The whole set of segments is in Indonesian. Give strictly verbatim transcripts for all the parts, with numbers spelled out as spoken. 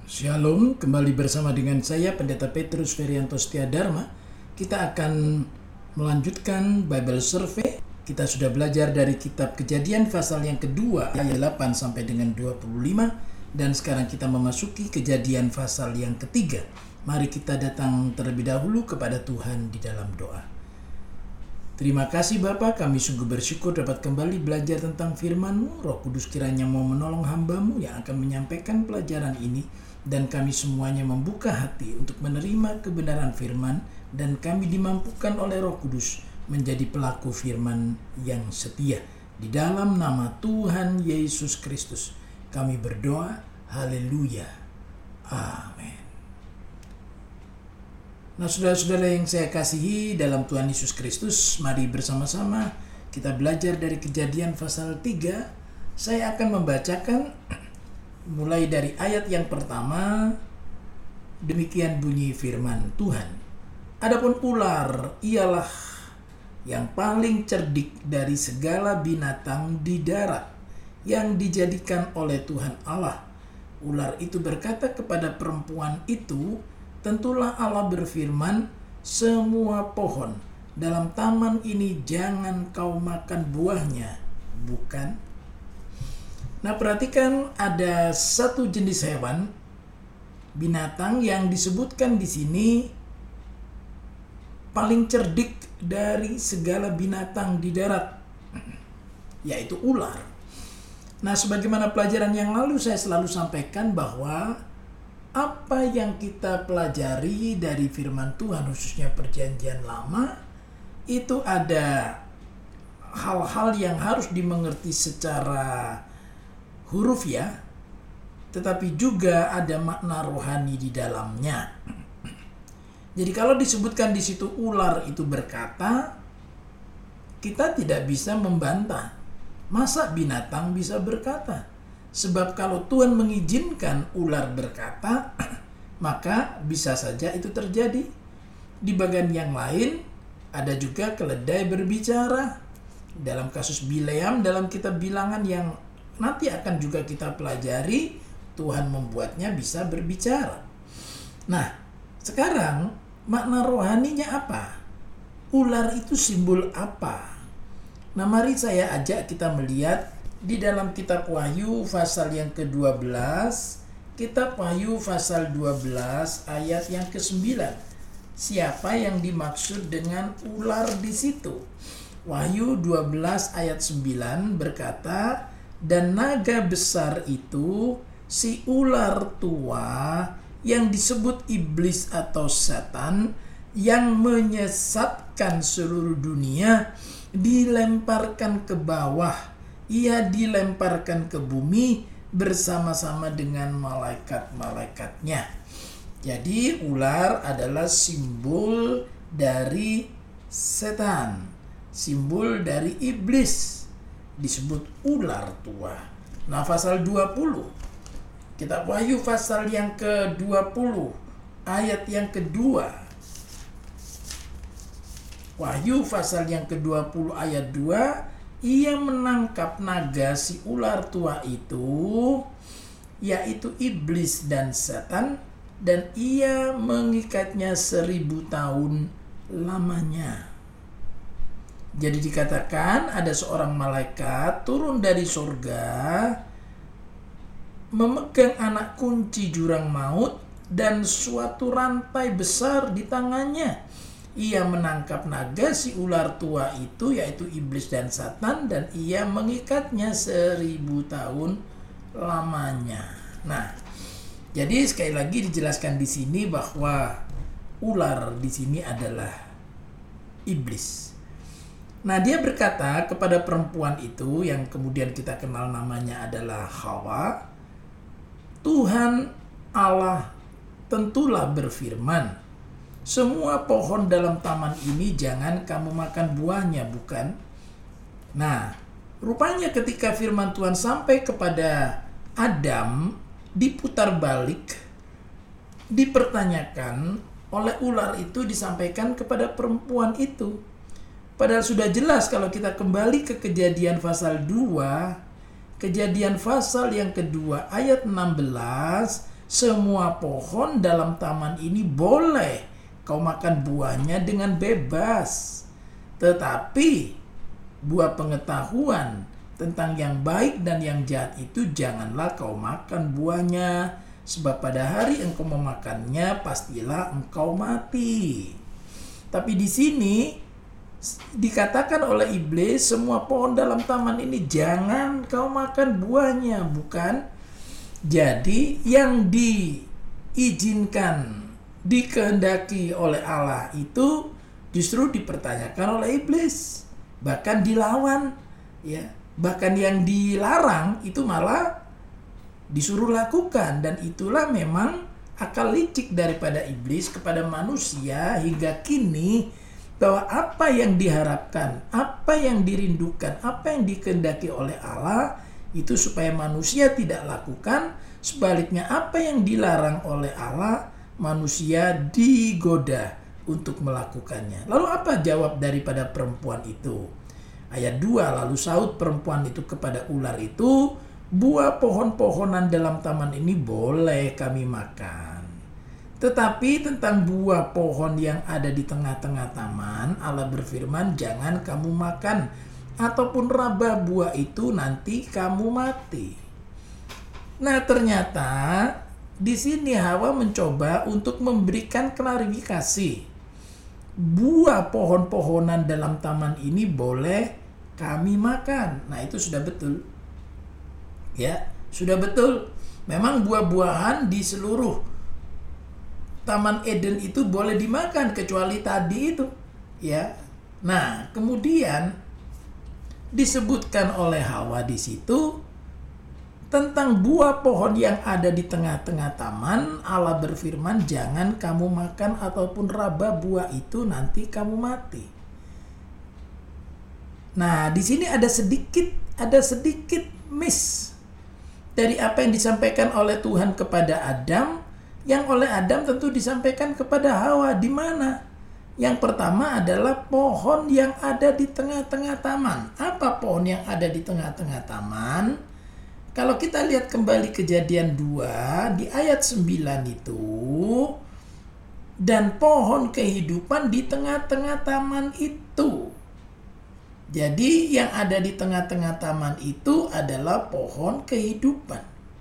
Shalom, kembali bersama dengan saya Pendeta Petrus Ferianto Setia Dharma. Kita akan melanjutkan Bible Survey. Kita sudah belajar dari kitab Kejadian pasal yang kedua ayat delapan sampai dengan dua puluh lima, dan sekarang kita memasuki Kejadian pasal yang ketiga. Mari kita datang terlebih dahulu kepada Tuhan di dalam doa. Terima kasih Bapa, kami sungguh bersyukur dapat kembali belajar tentang firman-Mu. Roh Kudus kiranya mau menolong hamba-Mu yang akan menyampaikan pelajaran ini, dan kami semuanya membuka hati untuk menerima kebenaran firman, dan kami dimampukan oleh Roh Kudus menjadi pelaku firman yang setia. Di dalam nama Tuhan Yesus Kristus kami berdoa, haleluya, amin. Nah, saudara-saudara yang saya kasihi dalam Tuhan Yesus Kristus, mari bersama-sama kita belajar dari Kejadian pasal tiga. Saya akan membacakan mulai dari ayat yang pertama. Demikian bunyi firman Tuhan. Adapun ular ialah yang paling cerdik dari segala binatang di darat yang dijadikan oleh Tuhan Allah. Ular itu berkata kepada perempuan itu, tentulah Allah berfirman, semua pohon dalam taman ini jangan kau makan buahnya, bukan? Nah, perhatikan ada satu jenis hewan, binatang yang disebutkan di sini paling cerdik dari segala binatang di darat, yaitu ular. Nah, sebagaimana pelajaran yang lalu saya selalu sampaikan bahwa apa yang kita pelajari dari firman Tuhan, khususnya perjanjian lama, itu ada hal-hal yang harus dimengerti secara huruf ya, tetapi juga ada makna rohani di dalamnya. Jadi kalau disebutkan di situ ular itu berkata, kita tidak bisa membantah. Masa binatang bisa berkata? Sebab kalau Tuhan mengizinkan ular berkata, maka bisa saja itu terjadi. Di bagian yang lain, ada juga keledai berbicara. Dalam kasus Bileam, dalam kitab Bilangan yang nanti akan juga kita pelajari, Tuhan membuatnya bisa berbicara. Nah, sekarang makna rohaninya apa? Ular itu simbol apa? Nah, mari saya ajak kita melihat di dalam kitab Wahyu pasal yang kedua belas, kitab Wahyu pasal dua belas ayat yang kesembilan. Siapa yang dimaksud dengan ular di situ? Wahyu dua belas ayat sembilan berkata, dan naga besar itu si ular tua yang disebut iblis atau setan yang menyesatkan seluruh dunia dilemparkan ke bawah. Ia dilemparkan ke bumi bersama-sama dengan malaikat-malaikatnya. Jadi ular adalah simbol dari setan, simbol dari iblis, disebut ular tua. Nah, pasal dua puluh, kitab Wahyu pasal yang ke dua puluh ayat yang kedua. Wahyu pasal yang ke dua puluh ayat dua, ia menangkap naga si ular tua itu, yaitu iblis dan setan, dan ia mengikatnya seribu tahun lamanya. Jadi dikatakan ada seorang malaikat turun dari surga, memegang anak kunci jurang maut dan suatu rantai besar di tangannya. Ia menangkap naga si ular tua itu, yaitu iblis dan setan, dan ia mengikatnya seribu tahun lamanya. Nah, jadi sekali lagi dijelaskan di sini bahwa ular di sini adalah iblis. Nah, dia berkata kepada perempuan itu yang kemudian kita kenal namanya adalah Hawa, Tuhan Allah tentulah berfirman, semua pohon dalam taman ini jangan kamu makan buahnya, bukan? Nah, rupanya ketika firman Tuhan sampai kepada Adam, diputar balik, dipertanyakan oleh ular itu, disampaikan kepada perempuan itu. Padahal sudah jelas kalau kita kembali ke Kejadian pasal dua, Kejadian pasal yang kedua ayat enam belas, semua pohon dalam taman ini boleh kau makan buahnya dengan bebas. Tetapi buah pengetahuan tentang yang baik dan yang jahat itu janganlah kau makan buahnya, sebab pada hari engkau memakannya pastilah engkau mati. Tapi di sini dikatakan oleh iblis, semua pohon dalam taman ini jangan kau makan buahnya, bukan? Jadi yang diizinkan, dikehendaki oleh Allah itu justru dipertanyakan oleh iblis, bahkan dilawan, ya. Bahkan yang dilarang itu malah disuruh lakukan, dan itulah memang akal licik daripada iblis kepada manusia hingga kini, bahwa apa yang diharapkan, apa yang dirindukan, apa yang dikehendaki oleh Allah itu supaya manusia tidak lakukan, sebaliknya apa yang dilarang oleh Allah manusia digoda untuk melakukannya. Lalu apa jawab daripada perempuan itu? Ayat dua, lalu saut perempuan itu kepada ular itu, buah pohon-pohonan dalam taman ini boleh kami makan. Tetapi tentang buah pohon yang ada di tengah-tengah taman, Allah berfirman, jangan kamu makan, ataupun raba buah itu nanti kamu mati. Nah, ternyata di sini Hawa mencoba untuk memberikan klarifikasi. Buah pohon-pohonan dalam taman ini boleh kami makan. Nah, itu sudah betul. Ya, sudah betul. Memang buah-buahan di seluruh Taman Eden itu boleh dimakan kecuali tadi itu, ya. Nah, kemudian disebutkan oleh Hawa di situ tentang buah pohon yang ada di tengah-tengah taman. Allah berfirman, jangan kamu makan ataupun raba buah itu nanti kamu mati. Nah, di sini ada sedikit ada sedikit miss dari apa yang disampaikan oleh Tuhan kepada Adam, yang oleh Adam tentu disampaikan kepada Hawa. Di mana? Yang pertama adalah pohon yang ada di tengah-tengah taman. Apa pohon yang ada di tengah-tengah taman? Kalau kita lihat kembali Kejadian dua di ayat sembilan itu, dan pohon kehidupan di tengah-tengah taman itu. Jadi yang ada di tengah-tengah taman itu adalah pohon kehidupan.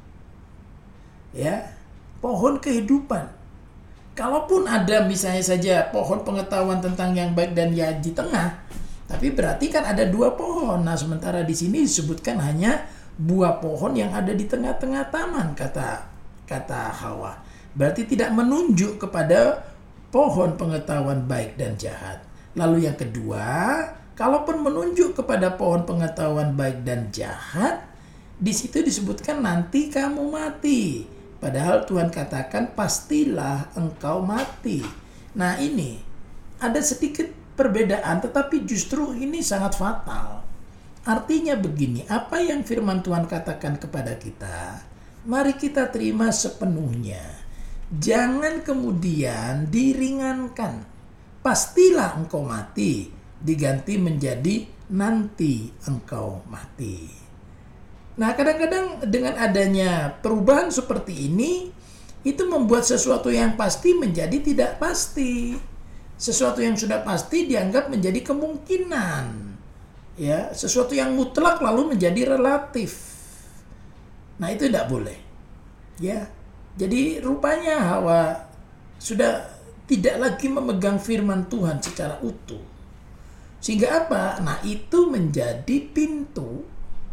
Ya, pohon kehidupan. Kalaupun ada misalnya saja pohon pengetahuan tentang yang baik dan jahat di tengah, tapi berarti kan ada dua pohon. Nah, sementara di sini disebutkan hanya buah pohon yang ada di tengah-tengah taman, kata kata Hawa. Berarti tidak menunjuk kepada pohon pengetahuan baik dan jahat. Lalu yang kedua, kalaupun menunjuk kepada pohon pengetahuan baik dan jahat, di situ disebutkan nanti kamu mati. Padahal Tuhan katakan pastilah engkau mati. Nah, ini ada sedikit perbedaan, tetapi justru ini sangat fatal. Artinya begini, apa yang firman Tuhan katakan kepada kita, mari kita terima sepenuhnya. Jangan kemudian diringankan. Pastilah engkau mati, diganti menjadi nanti engkau mati. Nah, kadang-kadang dengan adanya perubahan seperti ini, itu membuat sesuatu yang pasti menjadi tidak pasti. Sesuatu yang sudah pasti dianggap menjadi kemungkinan. Ya, sesuatu yang mutlak lalu menjadi relatif. Nah, itu tidak boleh. Ya. Jadi rupanya Hawa sudah tidak lagi memegang firman Tuhan secara utuh. Sehingga apa? Nah, itu menjadi pintu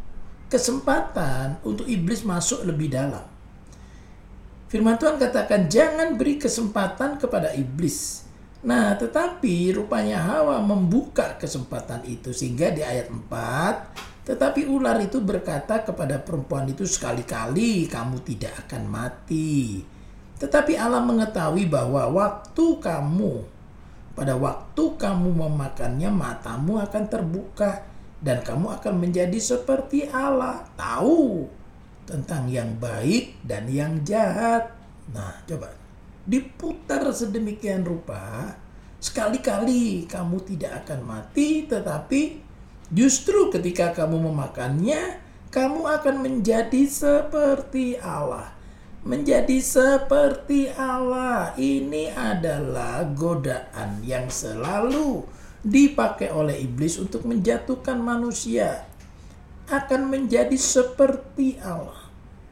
kesempatan untuk iblis masuk lebih dalam. Firman Tuhan katakan jangan beri kesempatan kepada iblis. Nah, tetapi rupanya Hawa membuka kesempatan itu, sehingga di ayat empat, tetapi ular itu berkata kepada perempuan itu, sekali-kali kamu tidak akan mati. Tetapi Allah mengetahui bahwa waktu kamu, pada waktu kamu memakannya, matamu akan terbuka dan kamu akan menjadi seperti Allah, tahu tentang yang baik dan yang jahat. Nah, coba diputar sedemikian rupa, sekali-kali kamu tidak akan mati, tetapi justru ketika kamu memakannya, kamu akan menjadi seperti Allah. menjadi seperti Allah. Ini adalah godaan yang selalu dipakai oleh iblis untuk menjatuhkan manusia akan menjadi seperti Allah.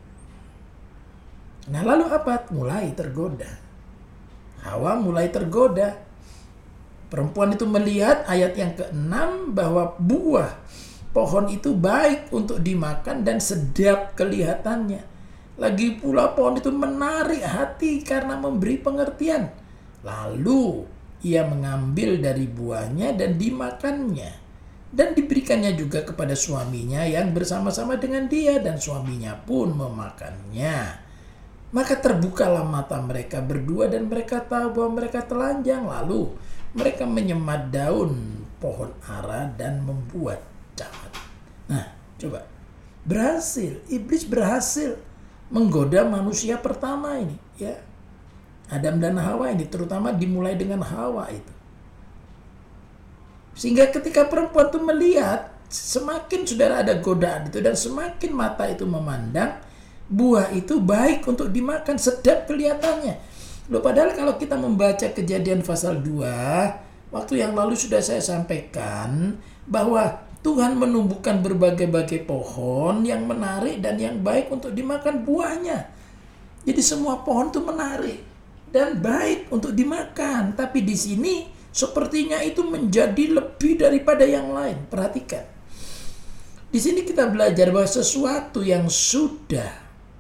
Nah, lalu apa? Mulai tergoda. Hawa mulai tergoda. Perempuan itu melihat ayat yang keenam bahwa buah pohon itu baik untuk dimakan dan sedap kelihatannya. Lagi pula pohon itu menarik hati karena memberi pengertian. Lalu ia mengambil dari buahnya dan dimakannya. Dan diberikannya juga kepada suaminya yang bersama-sama dengan dia. Dan suaminya pun memakannya. Maka terbukalah mata mereka berdua dan mereka tahu bahwa mereka telanjang. Lalu mereka menyemat daun pohon ara dan membuat cawat. Nah, coba. Berhasil. Iblis berhasil menggoda manusia pertama ini, ya. Adam dan Hawa ini, terutama dimulai dengan Hawa itu. Sehingga ketika perempuan itu melihat, semakin saudara ada godaan itu dan semakin mata itu memandang, buah itu baik untuk dimakan, sedap kelihatannya. Loh, padahal kalau kita membaca Kejadian pasal dua, waktu yang lalu sudah saya sampaikan bahwa Tuhan menumbuhkan berbagai-bagai pohon yang menarik dan yang baik untuk dimakan buahnya. Jadi semua pohon itu menarik dan baik untuk dimakan. Tapi di sini sepertinya itu menjadi lebih daripada yang lain. Perhatikan. Di sini kita belajar bahwa sesuatu yang sudah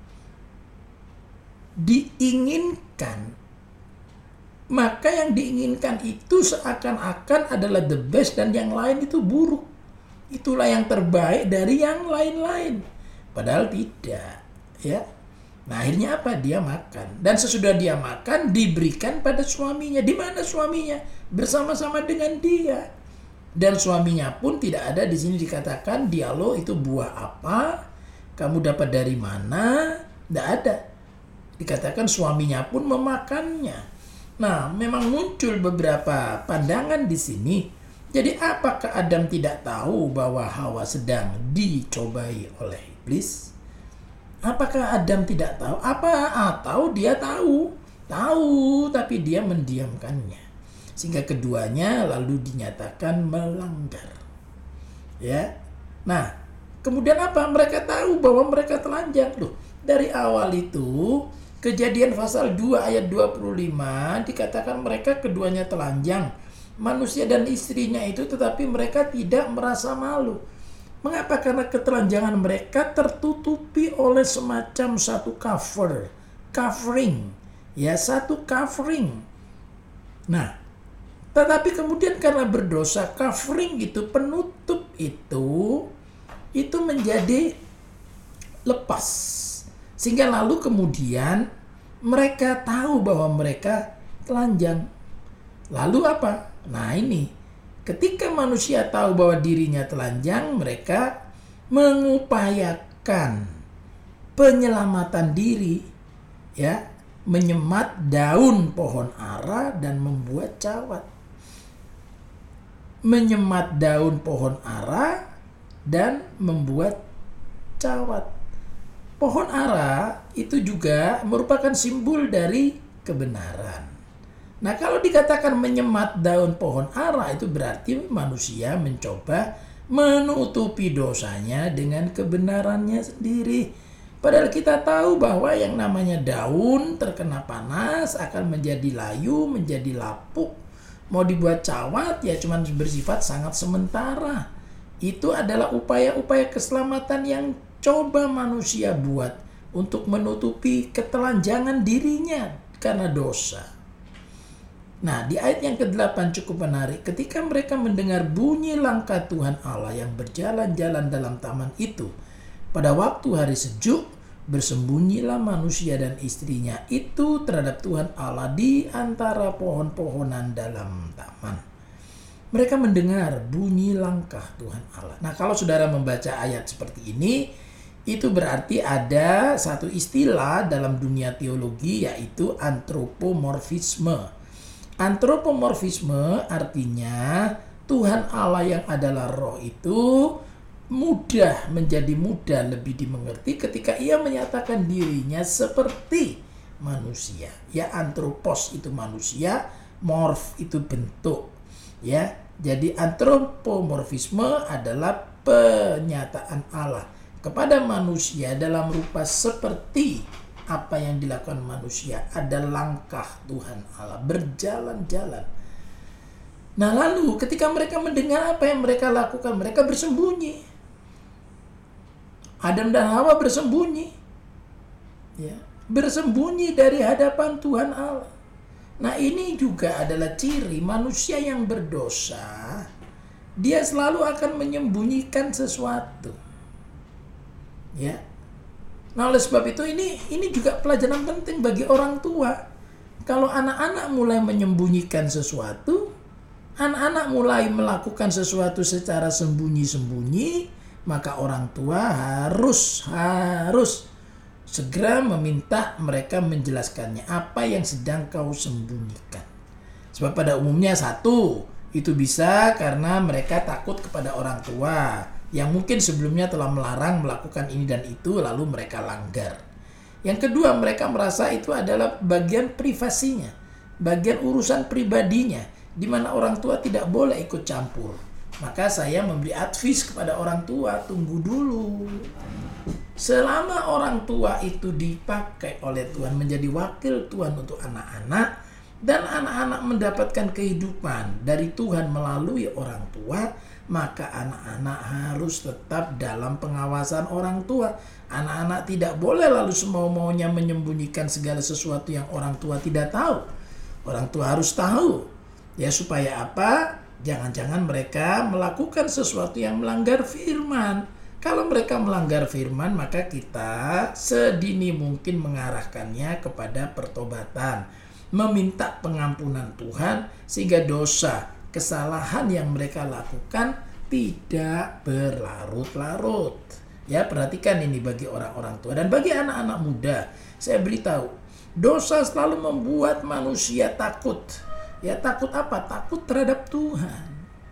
diinginkan, maka yang diinginkan itu seakan-akan adalah the best dan yang lain itu buruk. Itulah yang terbaik dari yang lain-lain. Padahal tidak, ya. Nah, akhirnya apa? Dia makan. Dan sesudah dia makan, diberikan pada suaminya. Di mana suaminya? Bersama-sama dengan dia. Dan suaminya pun tidak ada. Di sini dikatakan dialog itu buah apa? Kamu dapat dari mana? Tidak ada. Dikatakan suaminya pun memakannya. Nah, memang muncul beberapa pandangan di sini. Jadi apakah Adam tidak tahu bahwa Hawa sedang dicobai oleh iblis? Apakah Adam tidak tahu? Apa atau dia tahu? Tahu, tapi dia mendiamkannya. Sehingga keduanya lalu dinyatakan melanggar. Ya. Nah, kemudian apa? Mereka tahu bahwa mereka telanjang. Loh, dari awal itu Kejadian pasal dua ayat dua puluh lima dikatakan mereka keduanya telanjang, manusia dan istrinya itu, tetapi mereka tidak merasa malu. Mengapa? Karena ketelanjangan mereka tertutupi oleh semacam satu cover, covering, ya, satu covering. Nah, tetapi kemudian karena berdosa, covering itu, penutup itu, itu menjadi lepas. Sehingga lalu kemudian mereka tahu bahwa mereka telanjang. Lalu apa? Nah ini, ketika manusia tahu bahwa dirinya telanjang, mereka mengupayakan penyelamatan diri, ya, menyemat daun pohon ara dan membuat cawat. Menyemat daun pohon ara dan membuat cawat. Pohon ara itu juga merupakan simbol dari kebenaran. Nah, kalau dikatakan menyemat daun pohon ara, itu berarti manusia mencoba menutupi dosanya dengan kebenarannya sendiri. Padahal kita tahu bahwa yang namanya daun terkena panas akan menjadi layu, menjadi lapuk. Mau dibuat cawat ya cuma bersifat sangat sementara. Itu adalah upaya-upaya keselamatan yang coba manusia buat untuk menutupi ketelanjangan dirinya karena dosa. Nah, di ayat yang kedelapan cukup menarik. Ketika mereka mendengar bunyi langkah Tuhan Allah yang berjalan-jalan dalam taman itu, pada waktu hari sejuk, bersembunyilah manusia dan istrinya itu terhadap Tuhan Allah di antara pohon-pohonan dalam taman. Mereka mendengar bunyi langkah Tuhan Allah. Nah, kalau saudara membaca ayat seperti ini, itu berarti ada satu istilah dalam dunia teologi, yaitu antropomorfisme. Antropomorfisme artinya Tuhan Allah yang adalah roh itu mudah menjadi mudah lebih dimengerti ketika ia menyatakan dirinya seperti manusia. Ya, antropos itu manusia, morf itu bentuk. Ya, jadi antropomorfisme adalah penyataan Allah kepada manusia dalam rupa seperti apa yang dilakukan manusia. Ada langkah Tuhan Allah berjalan-jalan. Nah, lalu ketika mereka mendengar apa yang mereka lakukan, mereka bersembunyi. Adam dan Hawa bersembunyi, ya, bersembunyi dari hadapan Tuhan Allah. Nah, ini juga adalah ciri manusia yang berdosa. Dia selalu akan menyembunyikan sesuatu, ya. Nah, oleh sebab itu ini ini juga pelajaran penting bagi orang tua. Kalau anak-anak mulai menyembunyikan sesuatu, anak-anak mulai melakukan sesuatu secara sembunyi-sembunyi, maka orang tua harus harus segera meminta mereka menjelaskannya apa yang sedang kau sembunyikan. Sebab pada umumnya satu, itu bisa karena mereka takut kepada orang tua yang mungkin sebelumnya telah melarang melakukan ini dan itu, lalu mereka langgar. Yang kedua, mereka merasa itu adalah bagian privasinya, bagian urusan pribadinya, di mana orang tua tidak boleh ikut campur. Maka saya memberi advice kepada orang tua, tunggu dulu. Selama orang tua itu dipakai oleh Tuhan menjadi wakil Tuhan untuk anak-anak, dan anak-anak mendapatkan kehidupan dari Tuhan melalui orang tua, maka anak-anak harus tetap dalam pengawasan orang tua. Anak-anak tidak boleh lalu semau-maunya menyembunyikan segala sesuatu yang orang tua tidak tahu. Orang tua harus tahu. Ya, supaya apa? Jangan-jangan mereka melakukan sesuatu yang melanggar firman. Kalau mereka melanggar firman, maka kita sedini mungkin mengarahkannya kepada pertobatan, meminta pengampunan Tuhan, sehingga dosa, kesalahan yang mereka lakukan tidak berlarut-larut. Ya, perhatikan ini bagi orang-orang tua dan bagi anak-anak muda. Saya beritahu, dosa selalu membuat manusia takut. Ya, takut apa? Takut terhadap Tuhan.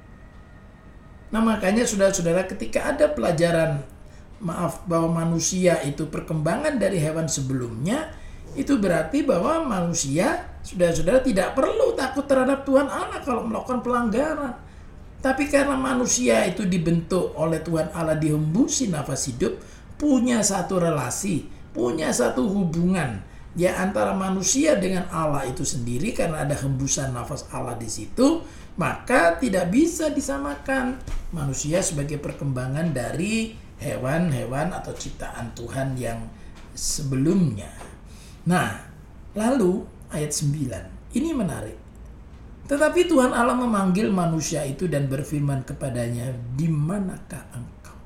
Nah, makanya saudara-saudara, ketika ada pelajaran maaf bahwa manusia itu perkembangan dari hewan sebelumnya, itu berarti bahwa manusia, saudara-saudara, tidak perlu takut terhadap Tuhan Allah kalau melakukan pelanggaran. Tapi karena manusia itu dibentuk oleh Tuhan Allah, dihembusi nafas hidup, punya satu relasi, punya satu hubungan ya antara manusia dengan Allah itu sendiri, karena ada hembusan nafas Allah di situ, maka tidak bisa disamakan manusia sebagai perkembangan dari hewan-hewan atau ciptaan Tuhan yang sebelumnya. Nah, lalu ayat sembilan, ini menarik. Tetapi Tuhan Allah memanggil manusia itu dan berfirman kepadanya, "Di manakah engkau?"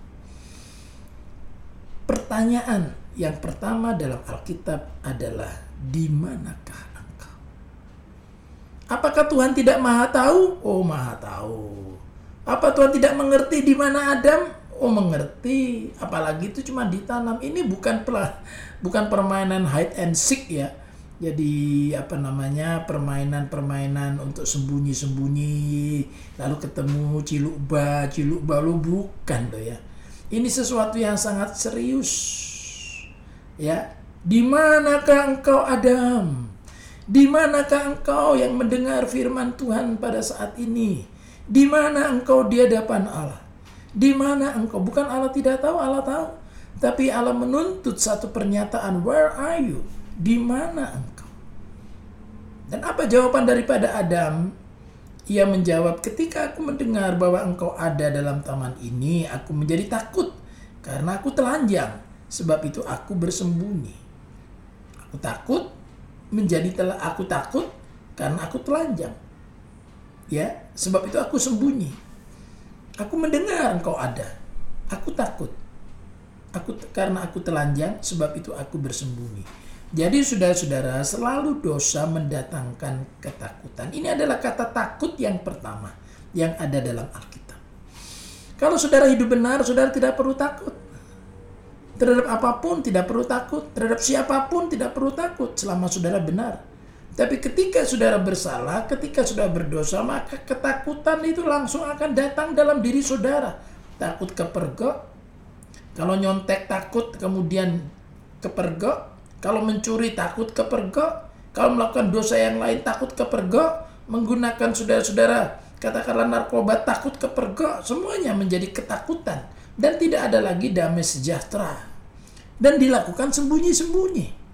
Pertanyaan yang pertama dalam Alkitab adalah, di manakah engkau? Apakah Tuhan tidak maha tahu? Oh, maha tahu. Apa Tuhan tidak mengerti di mana Adam? Oh, mengerti. Apalagi itu cuma ditanam. Ini bukan pelah, bukan permainan hide and seek ya. Jadi apa namanya, permainan-permainan untuk sembunyi-sembunyi, lalu ketemu ciluk ba, ciluk balu, bukan loh ya. Ini sesuatu yang sangat serius. Ya, di manakah engkau Adam? Di manakah engkau yang mendengar firman Tuhan pada saat ini? Di mana engkau di hadapan Allah? Di mana engkau? Bukan Allah tidak tahu, Allah tahu. Tapi Allah menuntut satu pernyataan, where are you? Di mana engkau? Dan apa jawaban daripada Adam? Ia menjawab, ketika aku mendengar bahwa engkau ada dalam taman ini, aku menjadi takut karena aku telanjang. Sebab itu aku bersembunyi. Aku takut menjadi telah aku takut karena aku telanjang. Ya, sebab itu aku sembunyi. Aku mendengar engkau ada. Aku takut. Aku karena aku telanjang, sebab itu aku bersembunyi. Jadi saudara-saudara, selalu dosa mendatangkan ketakutan. Ini adalah kata takut yang pertama yang ada dalam Alkitab. Kalau saudara hidup benar, saudara tidak perlu takut. Terhadap apapun tidak perlu takut. Terhadap siapapun tidak perlu takut selama saudara benar. Tapi ketika saudara bersalah, ketika saudara berdosa, maka ketakutan itu langsung akan datang dalam diri saudara. takut kepergok. Kalau nyontek takut kemudian kepergok. Kalau mencuri takut kepergok. Kalau melakukan dosa yang lain takut kepergok. Menggunakan saudara-saudara katakanlah narkoba takut kepergok. Semuanya menjadi ketakutan. Dan tidak ada lagi damai sejahtera. Dan dilakukan sembunyi-sembunyi.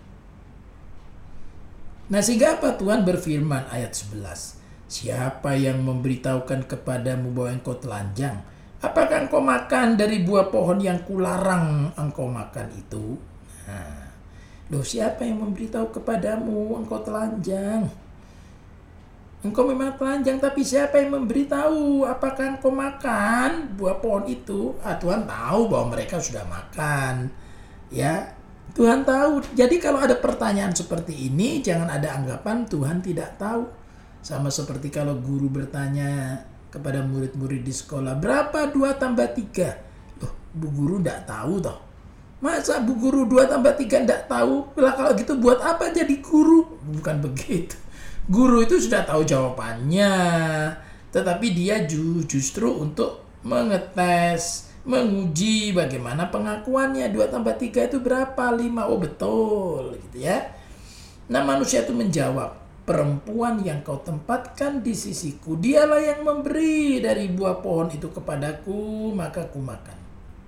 Nah, sehingga apa? Tuhan berfirman ayat sebelas. Siapa yang memberitahukan kepadamu bahwa engkau telanjang? Apakah engkau makan dari buah pohon yang kularang engkau makan itu? Nah, loh, siapa yang memberitahu kepadamu engkau telanjang? Engkau memang telanjang, tapi siapa yang memberitahu apakah engkau makan buah pohon itu? Ah, Tuhan tahu bahwa mereka sudah makan. Ya, Tuhan tahu. Jadi kalau ada pertanyaan seperti ini, jangan ada anggapan Tuhan tidak tahu. Sama seperti kalau guru bertanya kepada murid-murid di sekolah, berapa dua tambah tiga? Loh, Bu Guru tidak tahu toh. Masa Bu Guru dua tambah tiga tidak tahu? Lah kalau gitu buat apa jadi guru? Bukan begitu. Guru itu sudah tahu jawabannya. Tetapi dia justru untuk mengetes, menguji bagaimana pengakuannya. Dua tambah tiga itu berapa? Lima. Oh betul gitu ya. Nah, manusia itu menjawab, perempuan yang kau tempatkan di sisiku, dialah yang memberi dari buah pohon itu kepadaku, maka ku makan.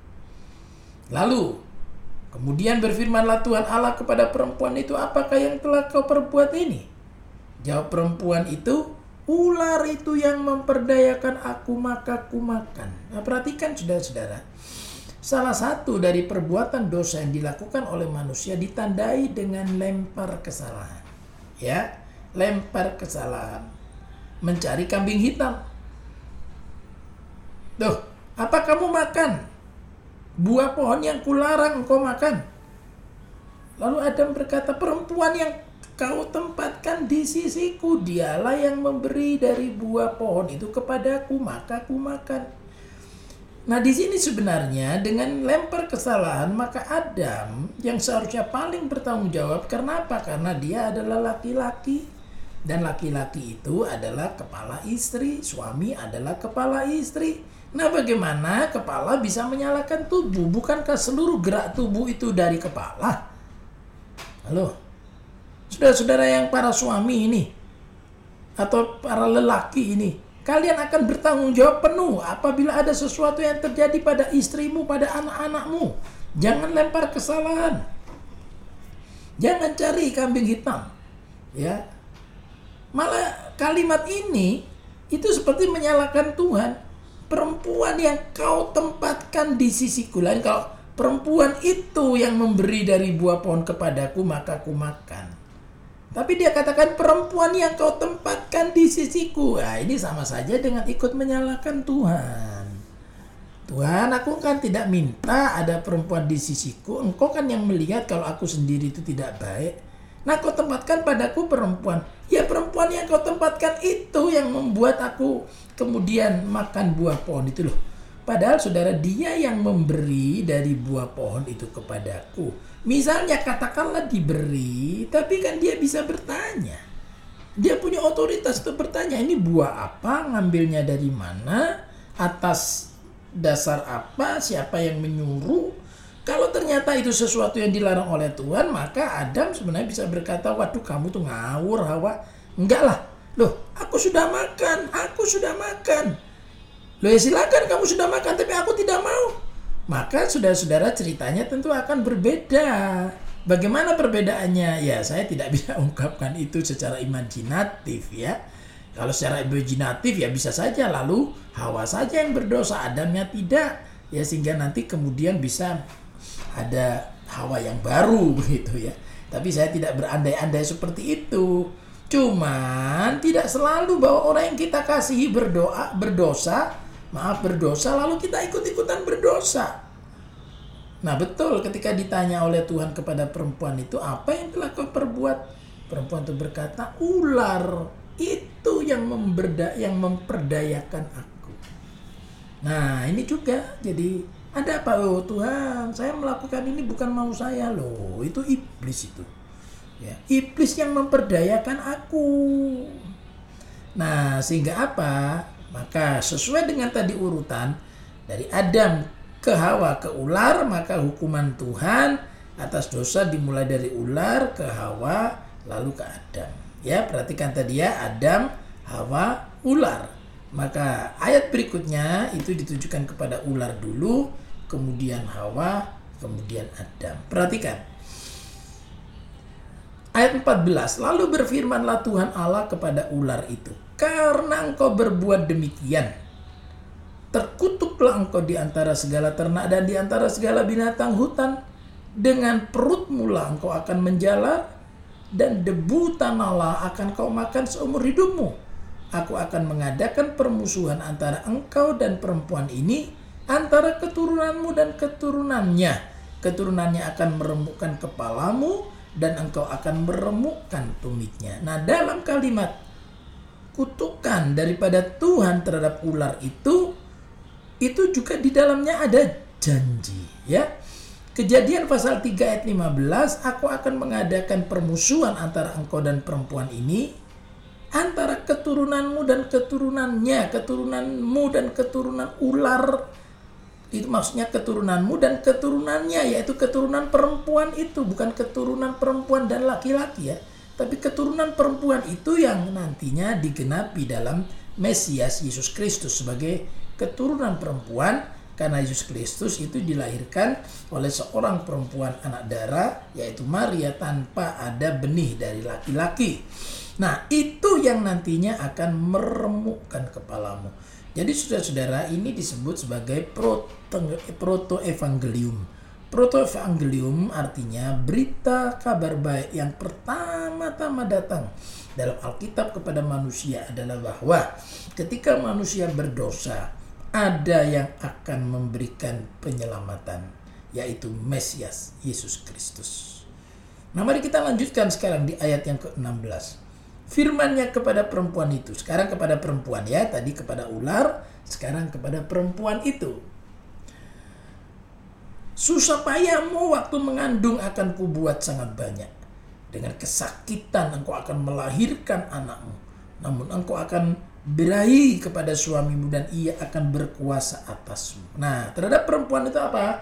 Lalu kemudian berfirmanlah Tuhan Allah kepada perempuan itu, apakah yang telah kau perbuat ini? Jawab perempuan itu, ular itu yang memperdayakan aku, maka ku makan. Nah, perhatikan saudara-saudara, salah satu dari perbuatan dosa yang dilakukan oleh manusia ditandai dengan lempar kesalahan. Ya, lempar kesalahan. Mencari kambing hitam. Duh, apa kamu makan? Buah pohon yang kularang engkau makan. Lalu Adam berkata, perempuan yang kau tempatkan di sisiku, dialah yang memberi dari buah pohon itu kepadaku, maka ku makan. Nah, di sini sebenarnya dengan lempar kesalahan, maka Adam yang seharusnya paling bertanggung jawab. Karena apa? Karena dia adalah laki-laki. Dan laki-laki itu adalah kepala istri, suami adalah kepala istri. Nah, bagaimana kepala bisa menyalakan tubuh? Bukankah seluruh gerak tubuh itu dari kepala? Halo? Saudara-saudara yang para suami ini atau para lelaki ini, kalian akan bertanggung jawab penuh apabila ada sesuatu yang terjadi pada istrimu, pada anak-anakmu. Jangan lempar kesalahan. Jangan cari kambing hitam. Ya. Malah kalimat ini itu seperti menyalahkan Tuhan. Perempuan yang kau tempatkan di sisiku. Lain kalau perempuan itu yang memberi dari buah pohon kepadaku, maka ku makan. Tapi dia katakan perempuan yang kau tempatkan di sisiku. Nah, ini sama saja dengan ikut menyalahkan Tuhan. Tuhan, aku kan tidak minta ada perempuan di sisiku. Engkau kan yang melihat kalau aku sendiri itu tidak baik. Nah, kau tempatkan padaku perempuan. Ya, perempuan yang kau tempatkan itu yang membuat aku kemudian makan buah pohon itu loh. Padahal saudara, dia yang memberi dari buah pohon itu kepadaku. Misalnya katakanlah diberi, tapi kan dia bisa bertanya. Dia punya otoritas untuk bertanya, ini buah apa, ngambilnya dari mana, atas dasar apa, siapa yang menyuruh. Kalau ternyata itu sesuatu yang dilarang oleh Tuhan, maka Adam sebenarnya bisa berkata, waduh kamu tuh ngawur Hawa. Enggak lah, loh aku sudah makan, aku sudah makan. Loh ya silakan kamu sudah makan, tapi aku tidak mau. Maka saudara-saudara ceritanya tentu akan berbeda. Bagaimana perbedaannya? Ya saya tidak bisa ungkapkan itu secara imajinatif ya. Kalau secara imajinatif ya bisa saja lalu Hawa saja yang berdosa, Adamnya tidak. Ya sehingga nanti kemudian bisa ada Hawa yang baru begitu ya. Tapi saya tidak berandai-andai seperti itu. Cuman tidak selalu bahwa orang yang kita kasihi berdoa berdosa, maaf berdosa lalu kita ikut-ikutan berdosa. Nah betul, ketika ditanya oleh Tuhan kepada perempuan itu, apa yang telah kau perbuat? Perempuan itu berkata, ular itu yang memberda yang memperdayakan aku. Nah ini juga, jadi ada apa? Oh Tuhan, saya melakukan ini bukan mau saya loh, itu iblis itu. Ya, iblis yang memperdayakan aku. Nah sehingga apa? Maka sesuai dengan tadi urutan, Dari Adam ke Hawa ke ular, maka hukuman Tuhan atas dosa dimulai dari ular ke Hawa lalu ke Adam. Ya, perhatikan tadi ya, Adam, Hawa, ular. Maka ayat berikutnya itu ditujukan kepada ular dulu, kemudian Hawa, kemudian Adam. Perhatikan. Ayat empat belas, lalu berfirmanlah Tuhan Allah kepada ular itu, karena engkau berbuat demikian, terkutuklah engkau di antara segala ternak dan di antara segala binatang hutan. Dengan perutmu lah engkau akan menjalar, dan debu tanahlah akan kau makan seumur hidupmu. Aku akan mengadakan permusuhan antara engkau dan perempuan ini, antara keturunanmu dan keturunannya. Keturunannya akan meremukkan kepalamu, dan engkau akan meremukkan tumitnya. Nah, dalam kalimat kutukan daripada Tuhan terhadap ular itu, itu juga di dalamnya ada janji, ya. Kejadian pasal tiga ayat lima belas, aku akan mengadakan permusuhan antara engkau dan perempuan ini, antara keturunanmu dan keturunannya, keturunanmu dan keturunan ular. Itu maksudnya keturunanmu dan keturunannya, yaitu keturunan perempuan itu, bukan keturunan perempuan dan laki-laki ya, tapi keturunan perempuan itu yang nantinya digenapi dalam Mesias Yesus Kristus sebagai keturunan perempuan, karena Yesus Kristus itu dilahirkan oleh seorang perempuan anak darah, yaitu Maria, tanpa ada benih dari laki-laki. Nah, itu yang nantinya akan meremukkan kepalamu. Jadi saudara-saudara, ini disebut sebagai proto-evangelium. Proto-evangelium artinya berita kabar baik yang pertama-tama datang dalam Alkitab kepada manusia adalah bahwa ketika manusia berdosa, ada yang akan memberikan penyelamatan, yaitu Mesias Yesus Kristus. Nah, mari kita lanjutkan sekarang di ayat yang ke enam belas. Firman-Nya kepada perempuan itu, sekarang kepada perempuan ya, tadi kepada ular, sekarang kepada perempuan itu. Susah payahmu waktu mengandung akan kubuat sangat banyak. Dengan kesakitan engkau akan melahirkan anakmu. Namun engkau akan berahi kepada suamimu dan ia akan berkuasa atasmu. Nah, terhadap perempuan itu apa?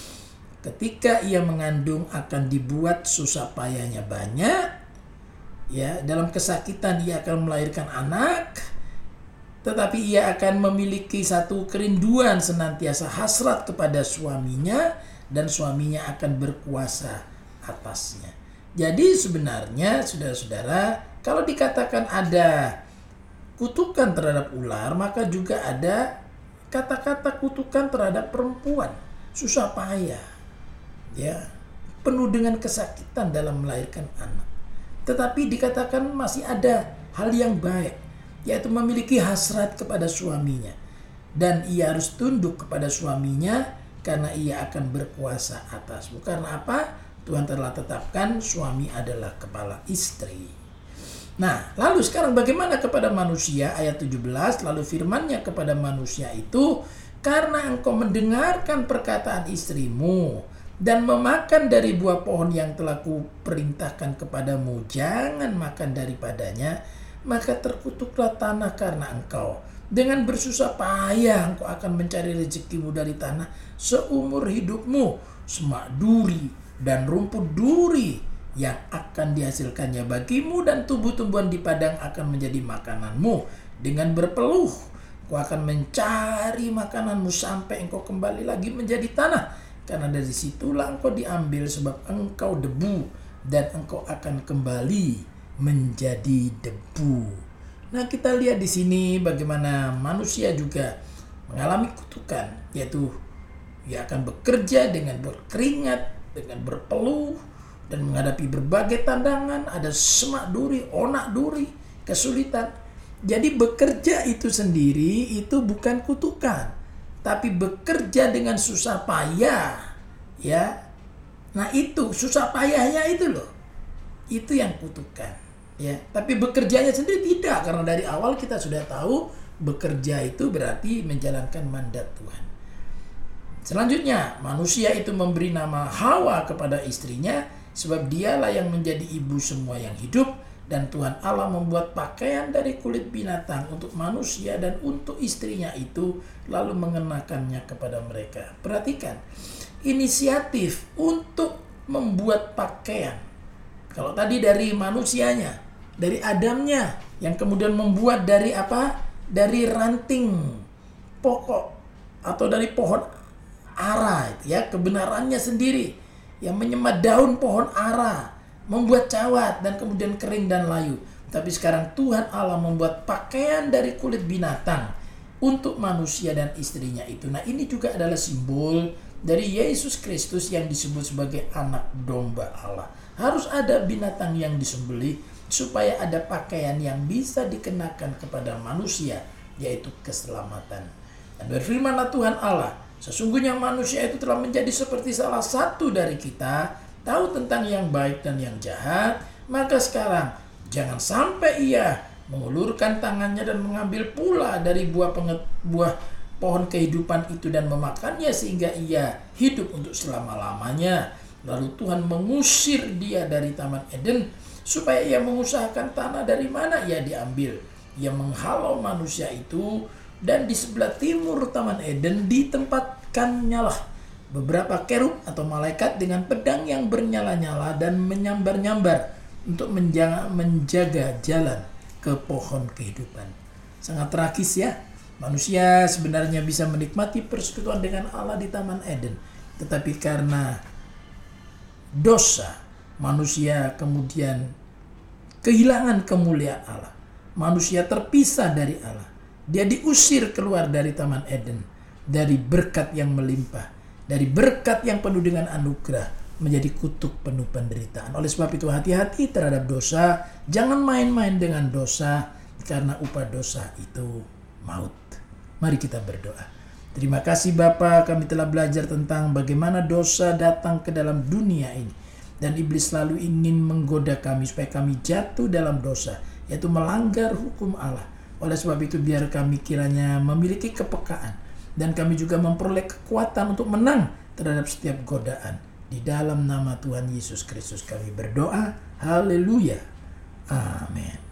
Ketika ia mengandung akan dibuat susah payahnya banyak. Ya, dalam kesakitan ia akan melahirkan anak, tetapi ia akan memiliki satu kerinduan senantiasa hasrat kepada suaminya, dan suaminya akan berkuasa atasnya. Jadi sebenarnya saudara-saudara, kalau dikatakan ada kutukan terhadap ular, maka juga ada kata-kata kutukan terhadap perempuan. Susah payah, ya, penuh dengan kesakitan dalam melahirkan anak. Tetapi dikatakan masih ada hal yang baik, yaitu memiliki hasrat kepada suaminya. Dan ia harus tunduk kepada suaminya karena ia akan berkuasa atasmu. Karena apa? Tuhan telah tetapkan suami adalah kepala istri. Nah, lalu sekarang bagaimana kepada manusia? Ayat tujuh belas, lalu firman-Nya kepada manusia itu, karena engkau mendengarkan perkataan istrimu dan memakan dari buah pohon yang telah kuperintahkan kepadamu, jangan makan daripadanya, maka terkutuklah tanah karena engkau. Dengan bersusah payah engkau akan mencari rezekimu dari tanah seumur hidupmu. Semak duri dan rumput duri yang akan dihasilkannya bagimu, dan tumbuh-tumbuhan di padang akan menjadi makananmu. Dengan berpeluh engkau akan mencari makananmu sampai engkau kembali lagi menjadi tanah. Karena dari situlah engkau diambil, sebab engkau debu dan engkau akan kembali menjadi debu. Nah, kita lihat di sini bagaimana manusia juga mengalami kutukan, yaitu ia akan bekerja dengan berkeringat, dengan berpeluh, dan menghadapi berbagai tantangan. Ada semak duri, onak duri, kesulitan. Jadi bekerja itu sendiri itu bukan kutukan, tapi bekerja dengan susah payah, ya. Nah, itu susah payahnya itu loh, itu yang kutukan, ya. Tapi bekerjanya sendiri tidak, karena dari awal kita sudah tahu bekerja itu berarti menjalankan mandat Tuhan. Selanjutnya, manusia itu memberi nama Hawa kepada istrinya, sebab dialah yang menjadi ibu semua yang hidup, Dan Tuhan Allah membuat pakaian dari kulit binatang untuk manusia dan untuk istrinya itu, lalu mengenakannya kepada mereka. Perhatikan, inisiatif untuk membuat pakaian. Kalau tadi dari manusianya, dari Adamnya, yang kemudian membuat dari apa? Dari ranting pokok atau dari pohon ara, ya, kebenarannya sendiri yang menyemat daun pohon ara, membuat cawat dan kemudian kering dan layu. Tapi sekarang Tuhan Allah membuat pakaian dari kulit binatang untuk manusia dan istrinya itu. Nah, ini juga adalah simbol dari Yesus Kristus yang disebut sebagai anak domba Allah. Harus ada binatang yang disembelih supaya ada pakaian yang bisa dikenakan kepada manusia, yaitu keselamatan. Dan berfirmanlah Tuhan Allah, sesungguhnya manusia itu telah menjadi seperti salah satu dari kita, tahu tentang yang baik dan yang jahat. Maka sekarang jangan sampai ia mengulurkan tangannya dan mengambil pula dari buah penget, buah pohon kehidupan itu dan memakannya sehingga ia hidup untuk selama-lamanya. Lalu Tuhan mengusir dia dari Taman Eden supaya ia mengusahakan tanah dari mana ia diambil. Ia menghalau manusia itu, dan di sebelah timur Taman Eden ditempatkannya lah beberapa kerub atau malaikat dengan pedang yang bernyala-nyala dan menyambar-nyambar untuk menjaga, menjaga jalan ke pohon kehidupan. Sangat tragis ya. Manusia sebenarnya bisa menikmati persekutuan dengan Allah di Taman Eden, tetapi karena dosa, manusia kemudian kehilangan kemuliaan Allah. Manusia terpisah dari Allah. Dia diusir keluar dari Taman Eden, dari berkat yang melimpah, dari berkat yang penuh dengan anugerah, menjadi kutuk penuh penderitaan. Oleh sebab itu hati-hati terhadap dosa. Jangan main-main dengan dosa, karena upah dosa itu maut. Mari kita berdoa. Terima kasih Bapa, kami telah belajar tentang bagaimana dosa datang ke dalam dunia ini. Dan iblis selalu ingin menggoda kami supaya kami jatuh dalam dosa, yaitu melanggar hukum Allah. Oleh sebab itu biar kami kiranya memiliki kepekaan, dan kami juga memperoleh kekuatan untuk menang terhadap setiap godaan. Di dalam nama Tuhan Yesus Kristus kami berdoa. Haleluya. Amin.